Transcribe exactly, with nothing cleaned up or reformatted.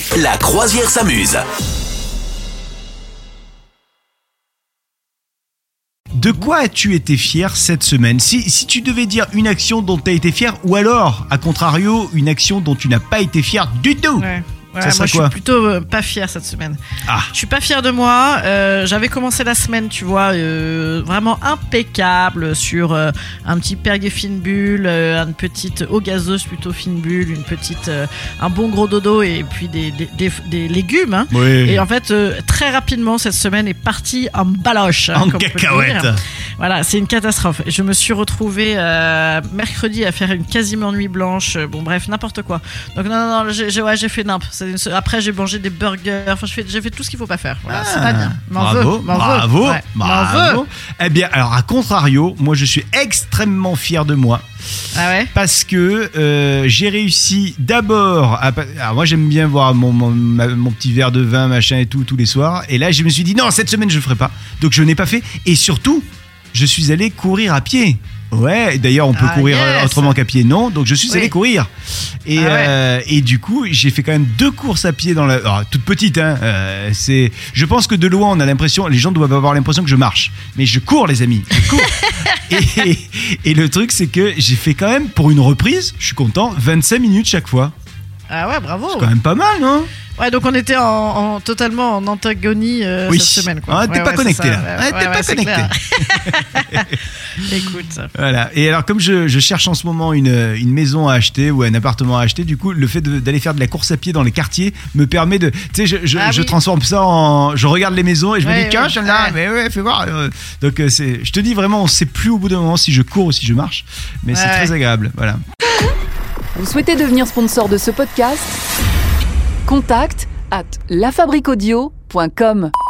La croisière s'amuse. De quoi as-tu été fier cette semaine ? Si, si tu devais dire une action dont tu as été fier, ou alors, à contrario, une action dont tu n'as pas été fier du tout. Ouais. Ouais, Ça moi je quoi suis plutôt euh, pas fière cette semaine. Ah. Je suis pas fière de moi. Euh, j'avais commencé la semaine, tu vois, euh, vraiment impeccable sur euh, un petit Perrier fine bulle, euh, une petite eau gazeuse plutôt fine bulle, une petite, euh, un bon gros dodo et puis des, des, des, des légumes. Hein. Oui. Et en fait, euh, très rapidement, cette semaine est partie en baloche. Hein, En comme on peut cacahuète. dire. Voilà, c'est une catastrophe. Je me suis retrouvée euh, mercredi à faire une quasiment nuit blanche. Bon bref, n'importe quoi. Donc non, non, non, j'ai, j'ai, ouais, j'ai fait nimp. C'est une... Après, j'ai mangé des burgers. Enfin, j'ai fait, j'ai fait tout ce qu'il faut pas faire. Voilà, Ah, c'est pas bien. M'en bravo, veux, m'en bravo, veux. Ouais, bravo. m'en veux. Eh bien, alors à contrario, moi je suis extrêmement fier de moi. Ah ouais. Parce que euh, j'ai réussi d'abord à... Alors moi j'aime bien boire mon, mon, ma- mon petit verre de vin machin et tout tous les soirs. Et là je me suis dit non, cette semaine je ne ferai pas. Donc je n'ai pas fait. Et surtout, je suis allé courir à pied. Ouais, et d'ailleurs on peut Ah, courir yes. autrement qu'à pied, non. Donc je suis Oui. allé courir. Et, Ah ouais. euh, et du coup j'ai fait quand même deux courses à pied dans la... Alors, toute petite, hein. Euh, c'est... Je pense que de loin on a l'impression... Les gens doivent avoir l'impression que je marche. Mais je cours les amis, je cours. et, et le truc c'est que j'ai fait quand même, pour une reprise, je suis content, vingt-cinq minutes chaque fois. Ah ouais, bravo. C'est quand même pas mal, non ? Ouais, donc on était en, en totalement en antagonie euh, Oui. cette semaine. Quoi. Ah, t'es Ouais, pas ouais, connecté, c'est là. ça. Ouais, t'es pas c'est connecté. clair. Écoute. Voilà. Et alors, comme je, je cherche en ce moment une, une maison à acheter ou un appartement à acheter, du coup, le fait de- d'aller faire de la course à pied dans les quartiers me permet de. Tu sais, je, je, Ah je oui. transforme ça en. Je regarde les maisons et je me Ouais, dis, tiens, ouais, celle-là, ouais. mais ouais, fais voir. Euh, Donc, euh, c'est, je te dis vraiment, on sait plus au bout d'un moment si je cours ou si je marche, mais c'est Ouais. très agréable. Voilà. Vous souhaitez devenir sponsor de ce podcast ? Contact à la fabrique audio point com.